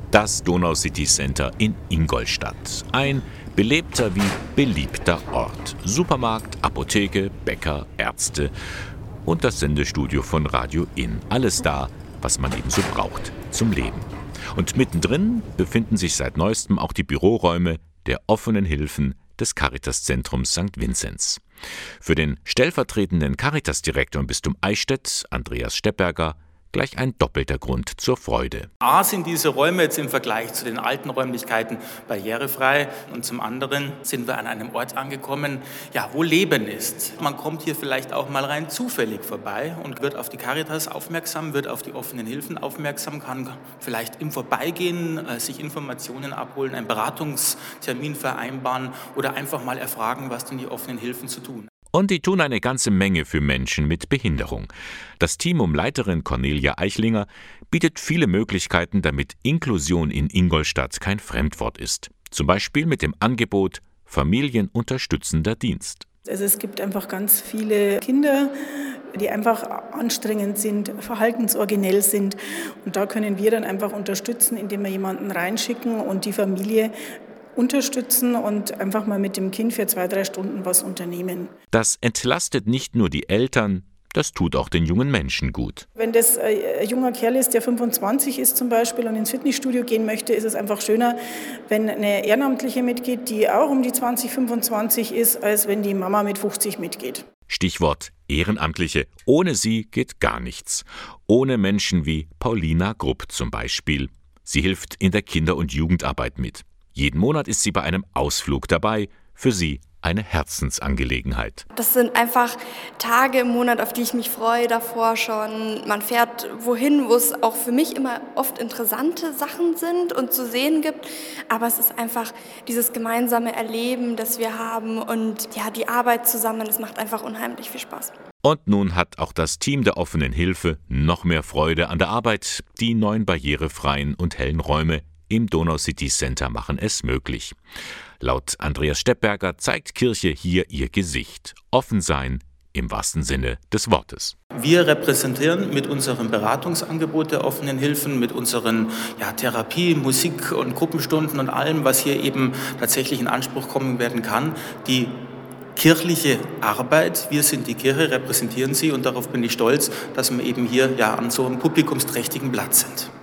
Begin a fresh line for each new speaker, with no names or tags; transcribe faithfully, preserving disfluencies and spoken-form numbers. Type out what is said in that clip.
Das Donau City Center in Ingolstadt. Ein belebter wie beliebter Ort. Supermarkt, Apotheke, Bäcker, Ärzte und das Sendestudio von Radio Inn. Alles da, was man eben so braucht zum Leben. Und mittendrin befinden sich seit neuestem auch die Büroräume der offenen Hilfen des Caritas-Zentrums Sankt Vinzenz. Für den stellvertretenden Caritas-Direktor im Bistum Eichstätt, Andreas Steppberger, gleich ein doppelter Grund zur Freude.
A sind diese Räume jetzt im Vergleich zu den alten Räumlichkeiten barrierefrei und zum anderen sind wir an einem Ort angekommen, ja, wo Leben ist. Man kommt hier vielleicht auch mal rein zufällig vorbei und wird auf die Caritas aufmerksam, wird auf die offenen Hilfen aufmerksam, kann vielleicht im Vorbeigehen äh, sich Informationen abholen, einen Beratungstermin vereinbaren oder einfach mal erfragen, was denn die offenen Hilfen zu tun.
Und die tun eine ganze Menge für Menschen mit Behinderung. Das Team um Leiterin Cornelia Eichlinger bietet viele Möglichkeiten, damit Inklusion in Ingolstadt kein Fremdwort ist. Zum Beispiel mit dem Angebot Familienunterstützender Dienst.
Also es gibt einfach ganz viele Kinder, die einfach anstrengend sind, verhaltensoriginell sind. Und da können wir dann einfach unterstützen, indem wir jemanden reinschicken und die Familie unterstützen und einfach mal mit dem Kind für zwei, drei Stunden was unternehmen.
Das entlastet nicht nur die Eltern, das tut auch den jungen Menschen gut.
Wenn das ein junger Kerl ist, der fünfundzwanzig ist zum Beispiel und ins Fitnessstudio gehen möchte, ist es einfach schöner, wenn eine Ehrenamtliche mitgeht, die auch um die zwanzig, fünfundzwanzig ist, als wenn die Mama mit fünfzig mitgeht.
Stichwort Ehrenamtliche. Ohne sie geht gar nichts. Ohne Menschen wie Paulina Grupp zum Beispiel. Sie hilft in der Kinder- und Jugendarbeit mit. Jeden Monat ist sie bei einem Ausflug dabei, für sie eine Herzensangelegenheit.
Das sind einfach Tage im Monat, auf die ich mich freue, davor schon. Man fährt wohin, wo es auch für mich immer oft interessante Sachen sind und zu sehen gibt. Aber es ist einfach dieses gemeinsame Erleben, das wir haben und ja, die Arbeit zusammen, das macht einfach unheimlich viel Spaß.
Und nun hat auch das Team der offenen Hilfe noch mehr Freude an der Arbeit. Die neuen barrierefreien und hellen Räume im Donau City Center machen es möglich. Laut Andreas Steppberger zeigt Kirche hier ihr Gesicht. Offen sein im wahrsten Sinne des Wortes.
Wir repräsentieren mit unserem Beratungsangebot der offenen Hilfen, mit unseren ja, Therapie-, Musik- und Gruppenstunden und allem, was hier eben tatsächlich in Anspruch kommen werden kann, die kirchliche Arbeit. Wir sind die Kirche, repräsentieren sie und darauf bin ich stolz, dass wir eben hier ja an so einem publikumsträchtigen Platz sind.